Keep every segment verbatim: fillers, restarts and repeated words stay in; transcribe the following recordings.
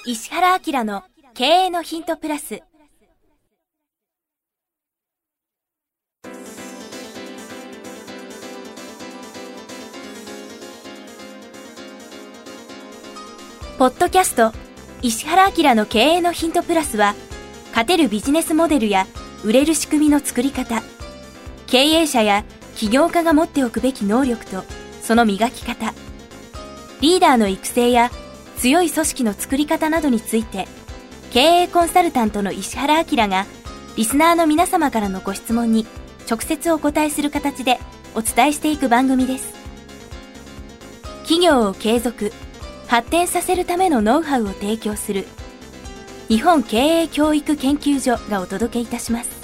石原明の経営のヒントプラス。ポッドキャスト石原明の経営のヒントプラスは、勝てるビジネスモデルや売れる仕組みの作り方、経営者や起業家が持っておくべき能力とその磨き方、リーダーの育成や強い組織の作り方などについて、経営コンサルタントの石原明がリスナーの皆様からのご質問に直接お答えする形でお伝えしていく番組です。企業を継続発展させるためのノウハウを提供する日本経営教育研究所がお届けいたします。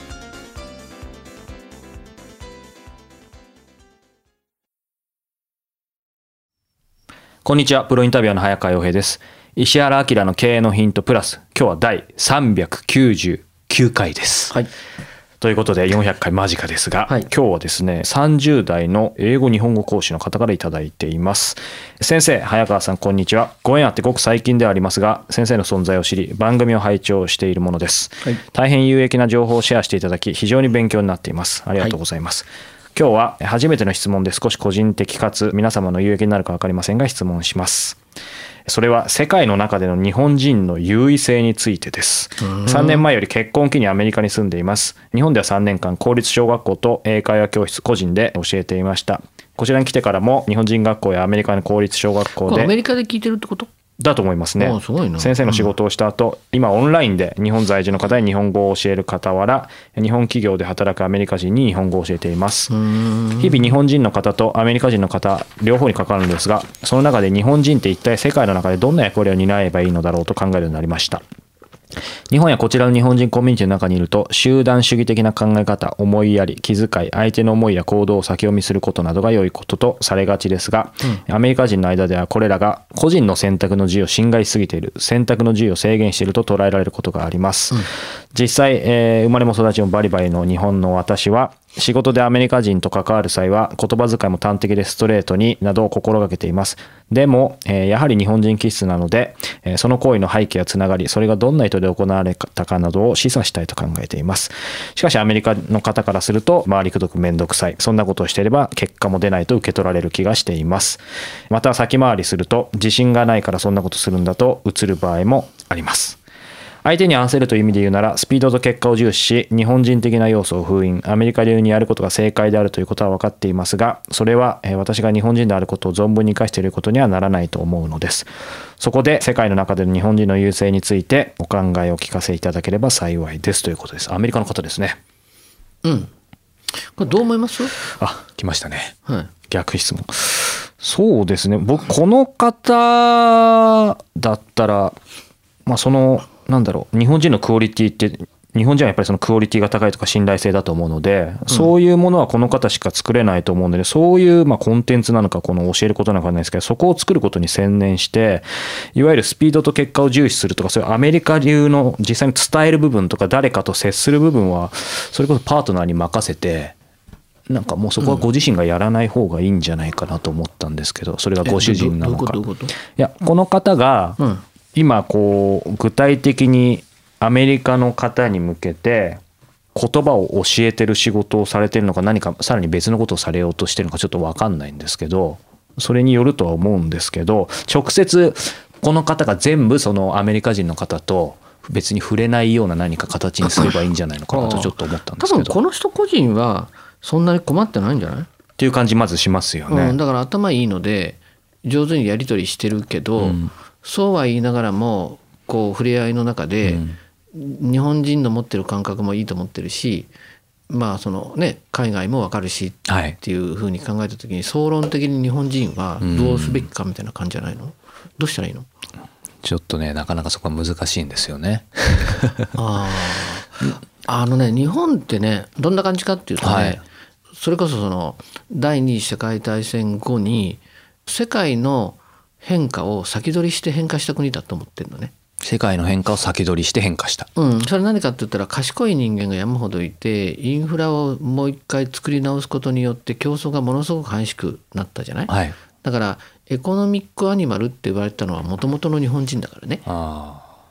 こんにちは、プロインタビュアーの早川洋平です。石原明の経営のヒントプラス、今日はだいさんびゃくきゅうじゅうきゅうかいです、はい、ということでよんひゃっかい間近ですが、はい、今日はですねさんじゅうだいの英語日本語講師の方からいただいています。先生、早川さん、こんにちは。ご縁あってごく最近ではありますが、先生の存在を知り番組を拝聴しているものです、はい、大変有益な情報をシェアしていただき非常に勉強になっています。ありがとうございます、はい。今日は初めての質問で少し個人的かつ皆様の有益になるか分かりませんが質問します。それは世界の中での日本人の優位性についてです。さんねんまえより結婚を機にアメリカに住んでいます。日本ではさんねんかん公立小学校と英会話教室個人で教えていました。こちらに来てからも日本人学校やアメリカの公立小学校で、 アメリカで聞いてるってことだと思いますね。 すごいな。 先生の仕事をした後、うん、今オンラインで日本在住の方に日本語を教える傍ら、日本企業で働くアメリカ人に日本語を教えています。日々日本人の方とアメリカ人の方両方に関わるんですが、その中で日本人って一体世界の中でどんな役割を担えばいいのだろうと考えるようになりました。日本やこちらの日本人コミュニティの中にいると、集団主義的な考え方、思いやり、気遣い、相手の思いや行動を先読みすることなどが良いこととされがちですが、うん、アメリカ人の間ではこれらが個人の選択の自由を侵害しすぎている、選択の自由を制限していると捉えられることがあります、うん、実際、えー、生まれも育ちもバリバリの日本の私は、仕事でアメリカ人と関わる際は言葉遣いも端的でストレートになどを心がけています。でも、えー、やはり日本人気質なので、えー、その行為の背景やつながり、それがどんな意図で行われたかなどを示唆したいと考えています。しかしアメリカの方からすると回りくどくめんどくさい、そんなことをしていれば結果も出ないと受け取られる気がしています。また先回りすると、自信がないからそんなことするんだと映る場合もあります。相手に合わせるという意味で言うなら、スピードと結果を重視し、日本人的な要素を封印、アメリカ流にやることが正解であるということは分かっていますが、それは私が日本人であることを存分に生かしていることにはならないと思うのです。そこで世界の中での日本人の優勢についてお考えを聞かせいただければ幸いですということです。アメリカの方ですね。 うん。これどう思います？ あ、来ましたね。 はい、逆質問。そうですね。僕この方だったら、まあそのなんだろう、日本人のクオリティって、日本人はやっぱりそのクオリティが高いとか信頼性だと思うので、うん、そういうものはこの方しか作れないと思うので、そういうまあコンテンツなのかこの教えることなのかわかんないですけど、そこを作ることに専念して、いわゆるスピードと結果を重視するとか、そういうアメリカ流の実際に伝える部分とか誰かと接する部分はそれこそパートナーに任せて、なんかもうそこはご自身がやらない方がいいんじゃないかなと思ったんですけど、それがご主人なのか。いや、この方が、うん、今こう具体的にアメリカの方に向けて言葉を教えてる仕事をされてるのか、何かさらに別のことをされようとしてるのかちょっと分かんないんですけど、それによるとは思うんですけど、直接この方が全部そのアメリカ人の方と別に触れないような何か形にすればいいんじゃないのかなとちょっと思ったんですけど、 多分この人個人はそんなに困ってないんじゃないっていう感じまずしますよね、 うん、だから頭いいので上手にやり取りしてるけど、うん、そうは言いながらもこう触れ合いの中で、うん、日本人の持ってる感覚もいいと思ってるし、まあそのね、海外も分かるしっていうふうに考えた時に、総論的に日本人はどうすべきかみたいな感じじゃないの？どうしたらいいの？ ちょっとね、なかなかそこは難しいんですよね。 ああのね、日本ってね、どんな感じかっていうとね、はい、それこそその第二次世界大戦後に世界の変化を先取りして変化した国だと思ってるのね。 世界の変化を先取りして変化した、 うん、それ何かって言ったら、賢い人間が山ほどいてインフラをもう一回作り直すことによって競争がものすごく激しくなったじゃない、 はい、 だからエコノミックアニマルって言われたのはもともとの日本人だからね。 あ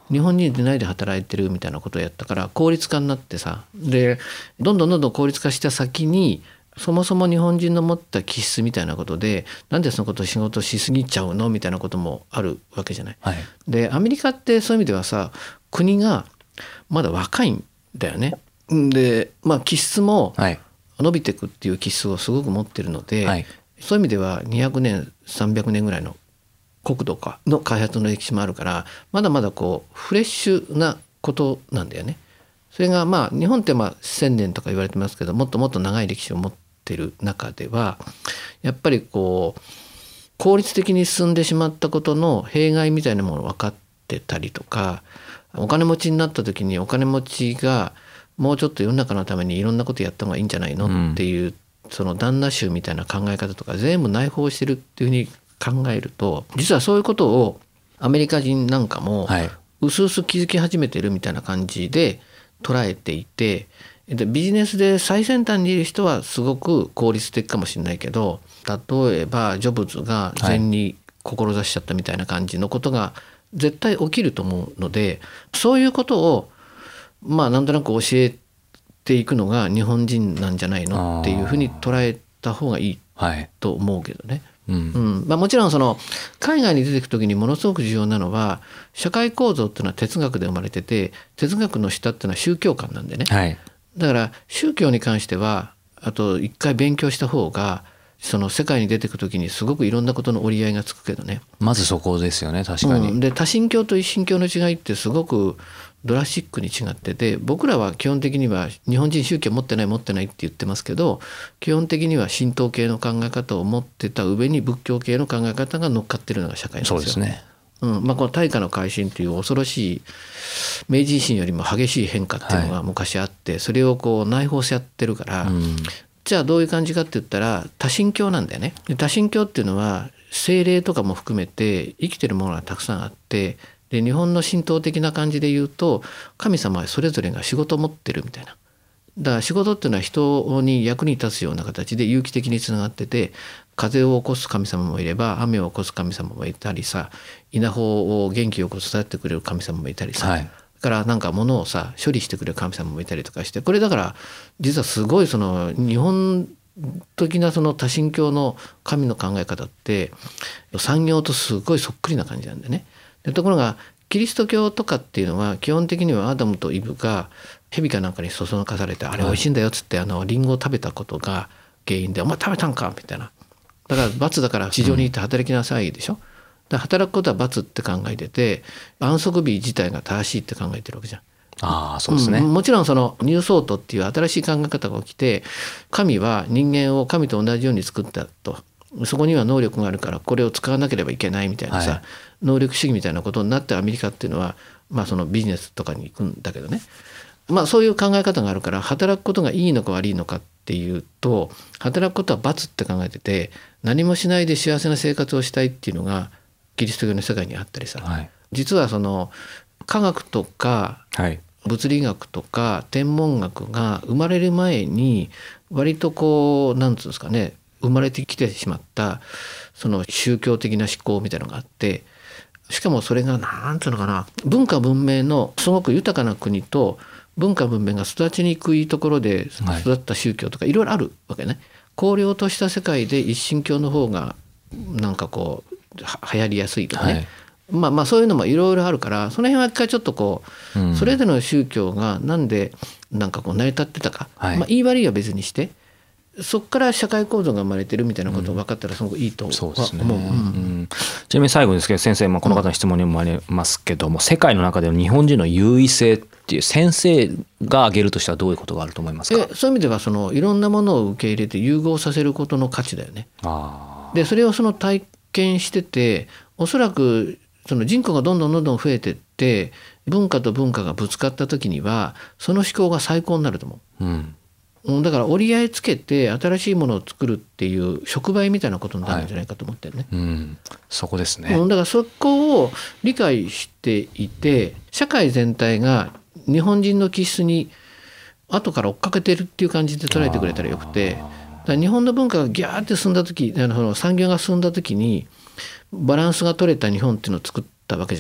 日本人でないで働いてるみたいなことをやったから効率化になってさ、でどんどんどんどん効率化した先にそもそも日本人の持った気質みたいなことでなんでそのことを仕事しすぎちゃうのみたいなこともあるわけじゃない、はい、でアメリカってそういう意味ではさ国がまだ若いんだよね。で、まあ、気質も伸びていくっていう気質をすごく持ってるので、はい、そういう意味ではにひゃくねんさんびゃくねんぐらいの国土化の開発の歴史もあるからまだまだこうフレッシュなことなんだよね。それがまあ日本ってまあせんねんとか言われてますけどもっともっと長い歴史を持ってる中ではやっぱりこう効率的に進んでしまったことの弊害みたいなものを分かってたりとか、お金持ちになった時にお金持ちがもうちょっと世の中のためにいろんなことやった方がいいんじゃないのっていう、うん、その旦那衆みたいな考え方とか全部内包してるっていうふうに考えると実はそういうことをアメリカ人なんかもうすうす気づき始めてるみたいな感じで捉えていて、でビジネスで最先端にいる人はすごく効率的かもしれないけど例えばジョブズが禅に志しちゃったみたいな感じのことが絶対起きると思うので、そういうことをまあなんとなく教えていくのが日本人なんじゃないのっていうふうに捉えた方がいいと思うけどね。うんうんまあ、もちろんその海外に出ていく時にものすごく重要なのは社会構造っていうのは哲学で生まれてて哲学の下っていうのは宗教観なんでね、はい、だから宗教に関してはあと一回勉強した方がその世界に出ていく時にすごくいろんなことの折り合いがつくけどね。 まずそこですよね確かに、 うん、で多神教と一神教の違いってすごくドラスチックに違ってて僕らは基本的には日本人宗教持ってない持ってないって言ってますけど基本的には神道系の考え方を持ってた上に仏教系の考え方が乗っかってるのが社会なんですよ。 そうですね、 うんまあ、この大化の改新という恐ろしい明治維新よりも激しい変化っていうのが昔あって、はい、それをこう内包し合ってるから、うん、じゃあどういう感じかって言ったら多神教なんだよね。で多神教っていうのは精霊とかも含めて生きてるものがたくさんあってで日本の神道的な感じで言うと神様はそれぞれが仕事を持ってるみたいな。だから仕事っていうのは人に役に立つような形で有機的につながってて風を起こす神様もいれば雨を起こす神様もいたりさ稲穂を元気よく育ててくれる神様もいたりさ、はい、だからなんか物をさ処理してくれる神様もいたりとかしてこれだから実はすごいその日本的なその多神教の神の考え方って産業とすごいそっくりな感じなんだよね。でところがキリスト教とかっていうのは基本的にはアダムとイブが蛇かなんかにそそのかされてあれ美味しいんだよっつってあのリンゴを食べたことが原因でお前食べたんかみたいなだから罰だから地上に行って働きなさいでしょ、うん、だから働くことは罰って考えてて安息日自体が正しいって考えてるわけじゃん。 ああそうですね、 うん、もちろんそのニューソートっていう新しい考え方が起きて神は人間を神と同じように作ったとそこには能力があるからこれを使わなければいけないみたいなさ、はい、能力主義みたいなことになってアメリカっていうのは、まあ、そのビジネスとかに行くんだけどね、まあ、そういう考え方があるから働くことがいいのか悪いのかっていうと働くことは罰って考えてて何もしないで幸せな生活をしたいっていうのがキリスト教の世界にあったりさ、はい、実はその科学とか物理学とか天文学が生まれる前に割とこうなんつうんですかね生まれてきてしまったその宗教的な思考みたいなのがあってしかもそれがなんていうのかな文化文明のすごく豊かな国と文化文明が育ちにくいところで育った宗教とかいろいろあるわけね。荒涼とした世界で一神教の方がなんかこう流行りやすいとかね、はい、まあまあそういうのもいろいろあるからその辺は一回ちょっとこう、うん、それぞれの宗教がなんでなんかこう成り立ってたか、はいまあ、言い悪いは別にしてそこから社会構造が生まれてるみたいなことが分かったらすごくいいと思う。ちなみに最後ですけど先生、まあ、この方の質問にもありますけども、うん、世界の中での日本人の優位性っていう先生が挙げるとしたらどういうことがあると思いますか。 えそういう意味ではそのいろんなものを受け入れて融合させることの価値だよね。あでそれをその体験してておそらくその人口がどんどんどんどん増えてって文化と文化がぶつかった時にはその思考が最高になると思う。うんだから折り合いつけて新しいものを作るっていう触媒みたいなことになるんじゃないかと思ってるね、 はいうん、そこですね。 だからそこを理解していて社会全体が日本人の気質に後から追っかけてるっていう感じで捉えてくれたらよくてだから日本の文化がギャーって進んだ時あの産業が進んだ時にバランスが取れた日本っていうのを作ったわけじゃん。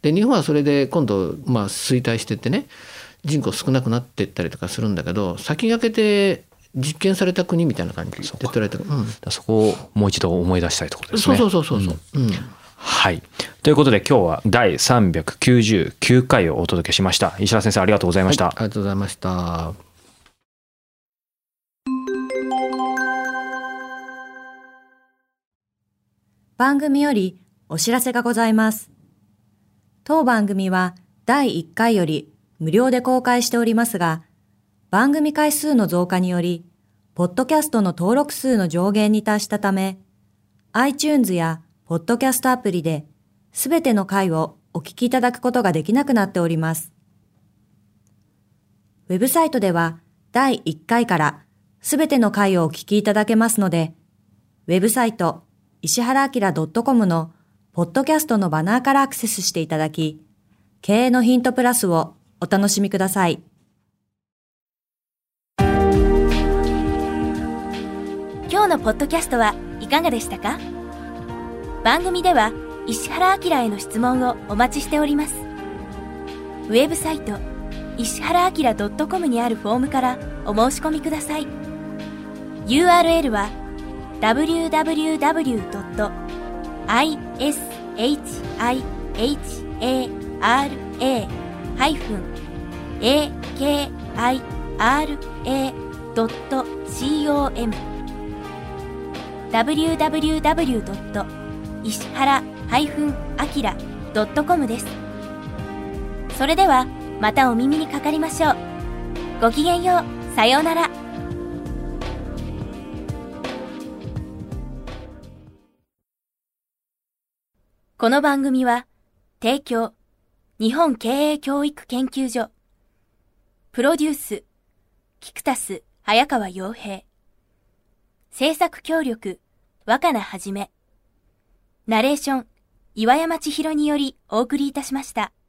で日本はそれで今度まあ衰退してってね人口少なくなっていったりとかするんだけど、先駆けて実験された国みたいな感じで捉えてる。 うん、そこをもう一度思い出したいところですね。 そうそうそうそう、うんうん、 はい。ということで今日はだいさんびゃくきゅうじゅうきゅうかいをお届けしました。石田先生ありがとうございました。はい、 ありがとうございました。 番組よりお知らせがございます。当番組はだいいっかいより無料で公開しておりますが、番組回数の増加により、ポッドキャストの登録数の上限に達したため、iTunes やポッドキャストアプリで、すべての回をお聞きいただくことができなくなっております。ウェブサイトでは、だいいっかいからすべての回をお聞きいただけますので、ウェブサイト、石原明 .com のポッドキャストのバナーからアクセスしていただき、経営のヒントプラスをお楽しみください。 今日のポッドキャストはいかがでしたか？番組では石原明への質問をお待ちしております。ウェブサイト石原明 .com にあるフォームからお申し込みください。 ユーアールエル は ダブリューダブリューダブリュードットアイエスエイチアイエイチエーアールエー ハイフン エーケーアイアールエー ドット コム ダブリューダブリューダブリュー ドット 石原 アキラ ドット コム です。それではまたお耳にかかりましょう。ごきげんよう。さようなら。この番組は提供日本経営教育研究所、プロデュースキクタス早川洋平、制作協力若菜はじめ、ナレーション岩山千尋によりお送りいたしました。